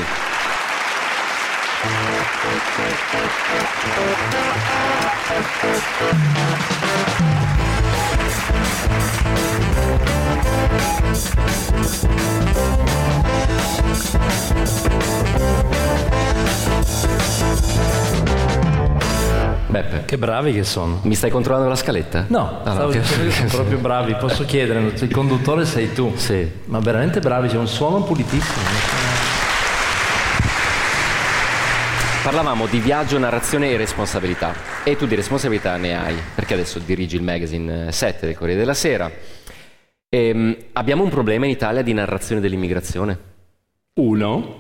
Beppe, che bravi che sono. Mi stai controllando la scaletta? No, Ah, stavo no. dicendo che sono proprio bravi. Posso chiedere, il conduttore sei tu. Sì. Ma veramente bravi, c'è un suono pulitissimo. Parlavamo di viaggio, narrazione e responsabilità. E tu di responsabilità ne hai, perché adesso dirigi il magazine sette del Corriere della Sera. Ehm, abbiamo un problema in Italia di narrazione dell'immigrazione. Uno.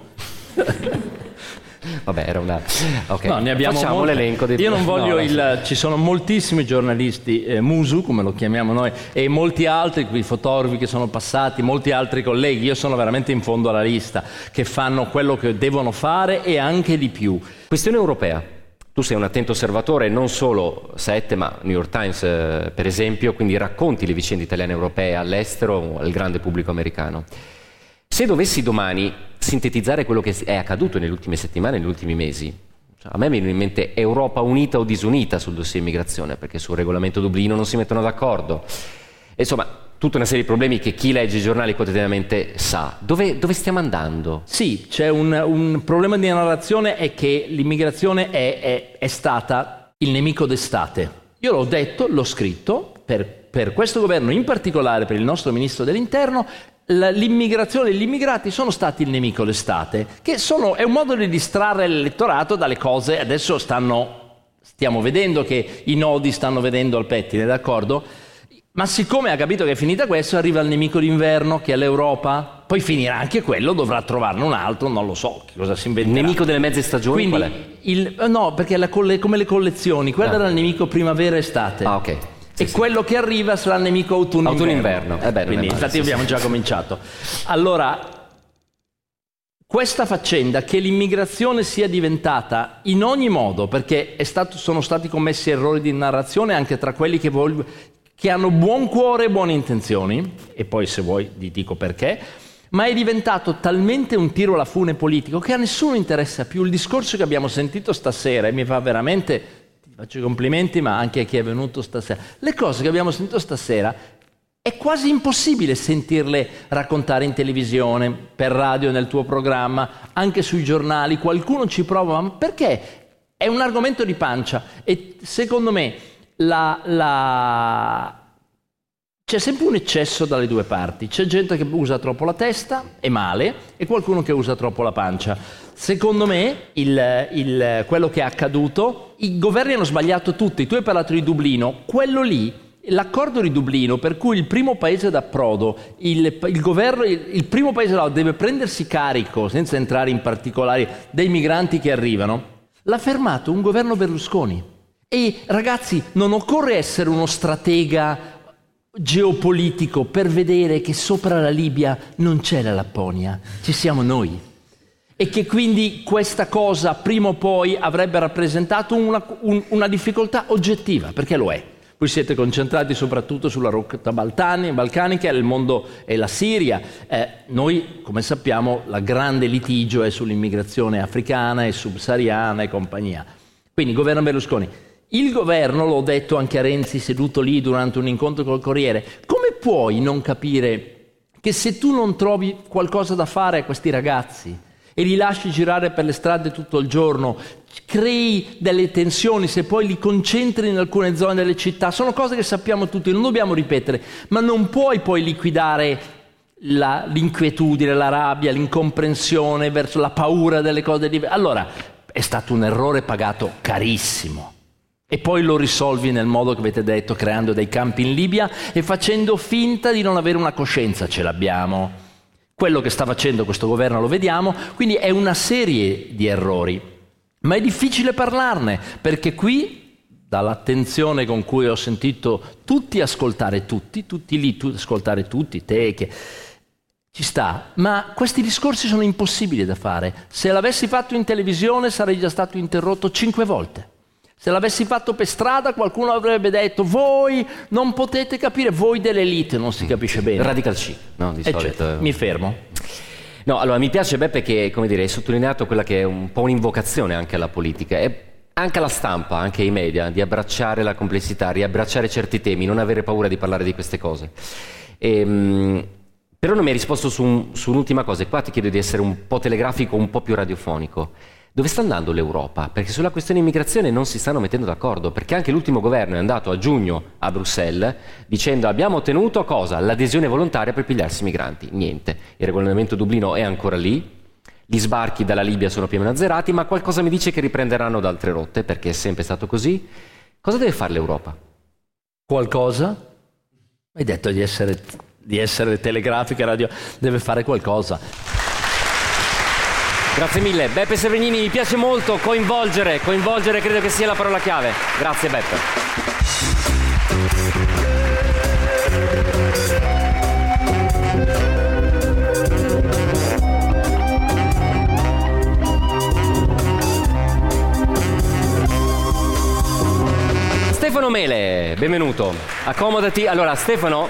Vabbè, era una... Ok, No, ne abbiamo facciamo molte. l'elenco dei... Io non voglio No, il... Ci sono moltissimi giornalisti, eh, musu, come lo chiamiamo noi, e molti altri, qui fotografi che sono passati, molti altri colleghi, io sono veramente in fondo alla lista, che fanno quello che devono fare e anche di più. Questione europea. Tu sei un attento osservatore, non solo Sette, ma New York Times, eh, per esempio, quindi racconti le vicende italiane e europee all'estero, al grande pubblico americano. Se dovessi domani sintetizzare quello che è accaduto nelle ultime settimane, negli ultimi mesi, cioè, a me mi viene in mente Europa unita o disunita sul dossier immigrazione, perché sul regolamento Dublino non si mettono d'accordo. Insomma, tutta una serie di problemi che chi legge i giornali quotidianamente sa. Dove, dove stiamo andando? Sì, c'è un, un problema di narrazione, è che l'immigrazione è, è, è stata il nemico d'estate. Io l'ho detto, l'ho scritto, per, per questo governo, in particolare per il nostro ministro dell'Interno, la, l'immigrazione e gli immigrati sono stati il nemico d'estate, che sono, è un modo di distrarre l'elettorato dalle cose. Adesso stanno, stiamo vedendo che i nodi stanno vedendo al pettine, d'accordo? Ma siccome ha capito che è finita questo, arriva il nemico d'inverno, che è l'Europa, poi finirà anche quello, dovrà trovarne un altro, non lo so che cosa si inventerà. Il nemico delle mezze stagioni? Quindi, qual è? Il, no, perché la colle, come le collezioni, quello Ah. era il nemico primavera-estate. Ah, ok. Sì, e sì. quello che arriva sarà il nemico autunno-inverno. Autunno-inverno. Eh beh, non è Quindi, male, infatti sì, abbiamo sì. già cominciato. Allora, questa faccenda che l'immigrazione sia diventata in ogni modo, perché è stato, sono stati commessi errori di narrazione anche tra quelli che, vol- che hanno buon cuore e buone intenzioni, e poi se vuoi ti dico perché, ma è diventato talmente un tiro alla fune politico che a nessuno interessa più. Il discorso che abbiamo sentito stasera, e mi fa veramente, ti faccio i complimenti, ma anche a chi è venuto stasera, le cose che abbiamo sentito stasera è quasi impossibile sentirle raccontare in televisione, per radio, nel tuo programma, anche sui giornali. Qualcuno ci prova, ma perché? È un argomento di pancia e secondo me la, la... c'è sempre un eccesso dalle due parti. C'è gente che usa troppo la testa, e male, e qualcuno che usa troppo la pancia. Secondo me, il, il, quello che è accaduto, i governi hanno sbagliato tutti. Tu hai parlato di Dublino, quello lì, l'accordo di Dublino, per cui il primo paese d'approdo, il, il governo, il, il primo paese d'approdo deve prendersi carico, senza entrare in particolari, dei migranti che arrivano, l'ha fermato un governo Berlusconi. E ragazzi, non occorre essere uno stratega geopolitico per vedere che sopra la Libia non c'è la Lapponia, ci siamo noi. E che quindi questa cosa prima o poi avrebbe rappresentato una, un, una difficoltà oggettiva, perché lo è. Voi siete concentrati soprattutto sulla rotta balcani, balcanica, il mondo e la Siria. Eh, noi, come sappiamo, la grande litigio è sull'immigrazione africana e subsahariana e compagnia. Quindi, governo Berlusconi. Il governo, l'ho detto anche a Renzi seduto lì durante un incontro col Corriere, come puoi non capire che se tu non trovi qualcosa da fare a questi ragazzi e li lasci girare per le strade tutto il giorno, crei delle tensioni, se poi li concentri in alcune zone delle città, sono cose che sappiamo tutti, non dobbiamo ripetere, ma non puoi poi liquidare la, l'inquietudine, la rabbia, l'incomprensione verso la paura delle cose diverse. Allora, è stato un errore pagato carissimo. E poi lo risolvi nel modo che avete detto, creando dei campi in Libia e facendo finta di non avere una coscienza. Ce l'abbiamo. Quello che sta facendo questo governo lo vediamo, quindi è una serie di errori. Ma è difficile parlarne, perché qui, dall'attenzione con cui ho sentito tutti ascoltare tutti, tutti lì, tu, ascoltare tutti, te, che ci sta, ma questi discorsi sono impossibili da fare. Se l'avessi fatto in televisione sarei già stato interrotto cinque volte. Se l'avessi fatto per strada qualcuno avrebbe detto voi non potete capire, voi dell'elite, non si capisce bene. Radical chic, no? Di E solito. cioè, mi fermo. No, allora mi piace Beppe che, come dire, hai sottolineato quella che è un po' un'invocazione anche alla politica e anche alla stampa, anche ai media, di abbracciare la complessità, riabbracciare certi temi, non avere paura di parlare di queste cose. E, però non mi hai risposto su, un, su un'ultima cosa, e qua ti chiedo di essere un po' telegrafico, un po' più radiofonico. Dove sta andando l'Europa? Perché sulla questione immigrazione non si stanno mettendo d'accordo, perché anche l'ultimo governo è andato a giugno a Bruxelles dicendo abbiamo ottenuto cosa? L'adesione volontaria per pigliarsi i migranti. Niente, il regolamento Dublino è ancora lì, gli sbarchi dalla Libia sono più o meno azzerati, ma qualcosa mi dice che riprenderanno da altre rotte, perché è sempre stato così. Cosa deve fare l'Europa? Qualcosa? Hai detto di essere, di essere telegrafica, radio, deve fare qualcosa. Grazie mille. Beppe Severnini, mi piace molto coinvolgere, coinvolgere credo che sia la parola chiave. Grazie Beppe. Stefano Mele, benvenuto. Accomodati. Allora Stefano,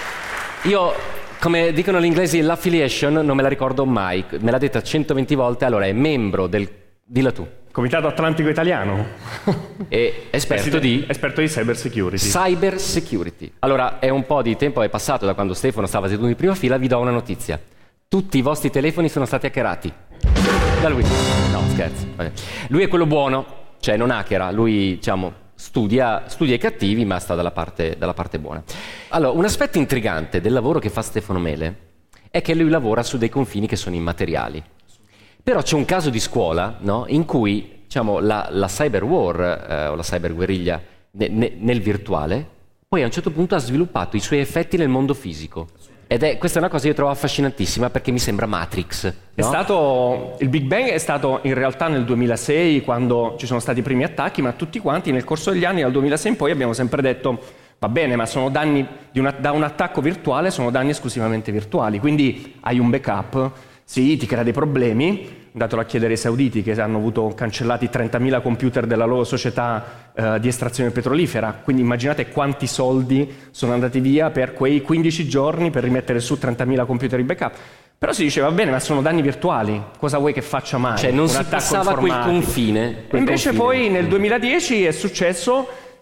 io... come dicono gli inglesi, l'affiliation non me la ricordo mai, me l'ha detta centoventi volte, allora è membro del... Dilla tu. Comitato Atlantico Italiano. E esperto di? Esperto di cyber security. Cyber security. Allora, è un po' di tempo è passato da quando Stefano stava seduto in prima fila, vi do una notizia. Tutti i vostri telefoni sono stati hackerati. Da lui. No, scherzo. Vabbè. Lui è quello buono, cioè non hackera, lui, diciamo... Studia, studia i cattivi, ma sta dalla parte, dalla parte buona. Allora, un aspetto intrigante del lavoro che fa Stefano Mele è che lui lavora su dei confini che sono immateriali. Però c'è un caso di scuola, no, in cui diciamo, la, la cyber war eh, o la cyber guerriglia ne, ne, nel virtuale, poi a un certo punto ha sviluppato i suoi effetti nel mondo fisico. Ed è, questa è una cosa che io trovo affascinantissima perché mi sembra Matrix. No? È stato, il Big Bang è stato in realtà nel duemilasei quando ci sono stati i primi attacchi, ma tutti quanti nel corso degli anni, dal duemilasei in poi, abbiamo sempre detto va bene, ma sono danni di una, da un attacco virtuale, sono danni esclusivamente virtuali, quindi hai un backup, sì, ti crea dei problemi. Andatelo a chiedere ai sauditi che hanno avuto cancellati trentamila computer della loro società eh, di estrazione petrolifera, quindi immaginate quanti soldi sono andati via per quei quindici giorni per rimettere su trentamila computer di backup. Però si dice va bene, ma sono danni virtuali, cosa vuoi che faccia mai? Cioè non un si attacco passava quel confine. Quel Invece confine. Poi nel duemiladieci è successo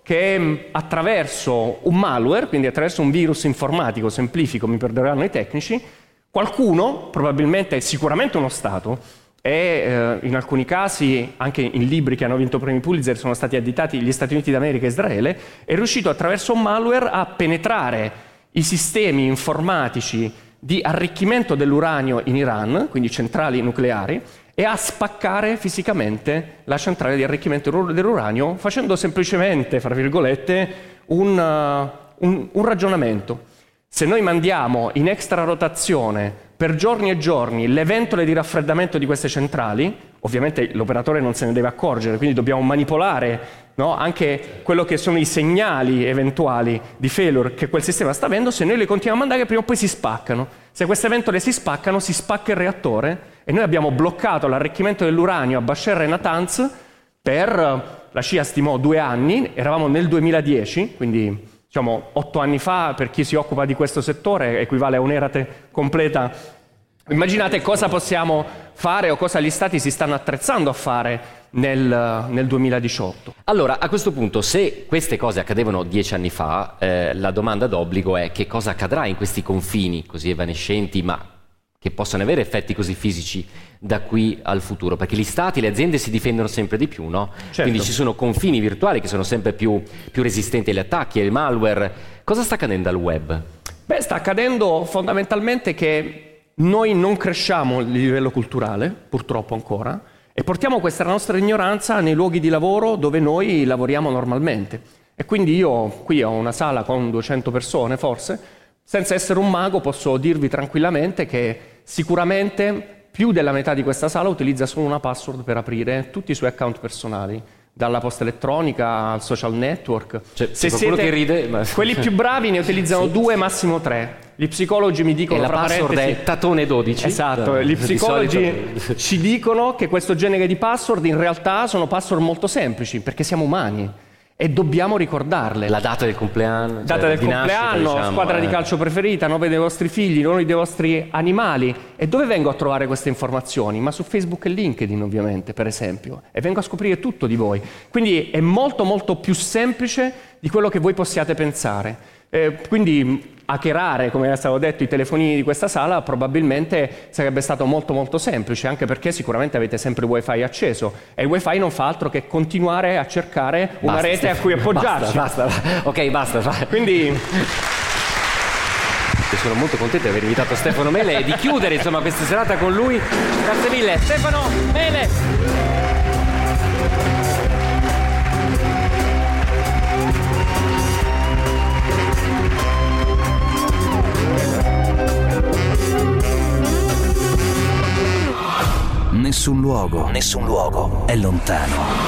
che attraverso un malware, quindi attraverso un virus informatico, semplifico, mi perdoneranno i tecnici, qualcuno, probabilmente sicuramente uno Stato, e eh, in alcuni casi, anche in libri che hanno vinto premi Pulitzer, sono stati additati gli Stati Uniti d'America e Israele, è riuscito attraverso un malware a penetrare i sistemi informatici di arricchimento dell'uranio in Iran, quindi centrali nucleari, e a spaccare fisicamente la centrale di arricchimento dell'uranio, facendo semplicemente, fra virgolette, un, uh, un, un ragionamento. Se noi mandiamo in extra rotazione per giorni e giorni le ventole di raffreddamento di queste centrali, ovviamente l'operatore non se ne deve accorgere, quindi dobbiamo manipolare, no, anche quello che sono i segnali eventuali di failure che quel sistema sta avendo. Se noi le continuiamo a mandare, prima o poi si spaccano. Se queste ventole si spaccano, si spacca il reattore e noi abbiamo bloccato l'arricchimento dell'uranio a Basher e Natanz per, la C I A stimò, due anni, eravamo nel duemiladieci, quindi diciamo otto anni fa, per chi si occupa di questo settore equivale a un'erate completa. Immaginate cosa possiamo fare o cosa gli stati si stanno attrezzando a fare nel, nel duemiladiciotto. Allora, a questo punto, se queste cose accadevano dieci anni fa, eh, la domanda d'obbligo è che cosa accadrà in questi confini così evanescenti, ma che possono avere effetti così fisici da qui al futuro, perché gli stati, le aziende si difendono sempre di più, no? Certo. Quindi ci sono confini virtuali che sono sempre più, più resistenti agli attacchi, al malware. Cosa sta accadendo al web? Beh, sta accadendo fondamentalmente che noi non cresciamo a livello culturale, purtroppo ancora, e portiamo questa nostra ignoranza nei luoghi di lavoro dove noi lavoriamo normalmente. E quindi io qui ho una sala con duecento persone forse, senza essere un mago posso dirvi tranquillamente che sicuramente più della metà di questa sala utilizza solo una password per aprire tutti i suoi account personali, dalla posta elettronica al social network. Cioè, se siete che ride, ma... quelli più bravi ne utilizzano sì. due, massimo tre. Gli psicologi mi dicono, e la fra password parentesi, è Tatone dodici. Esatto, gli psicologi ci dicono che questo genere di password in realtà sono password molto semplici, perché siamo umani e dobbiamo ricordarle. La data del compleanno, data cioè, del di compleanno, nascita, diciamo, squadra eh. di calcio preferita, nome dei vostri figli, nomi dei vostri animali. E dove vengo a trovare queste informazioni? Ma su Facebook e LinkedIn, ovviamente, per esempio. E vengo a scoprire tutto di voi. Quindi è molto molto più semplice di quello che voi possiate pensare. Eh, quindi hackerare, come è stato detto, i telefonini di questa sala, probabilmente sarebbe stato molto molto semplice, anche perché sicuramente avete sempre il wifi acceso e il wifi non fa altro che continuare a cercare una Basta, rete Stefano, a cui appoggiarci. Basta, basta. Ok, basta. Quindi sono molto contento di aver invitato Stefano Mele e di chiudere insomma questa serata con lui. Grazie mille, Stefano Mele. Nessun luogo, nessun luogo è lontano.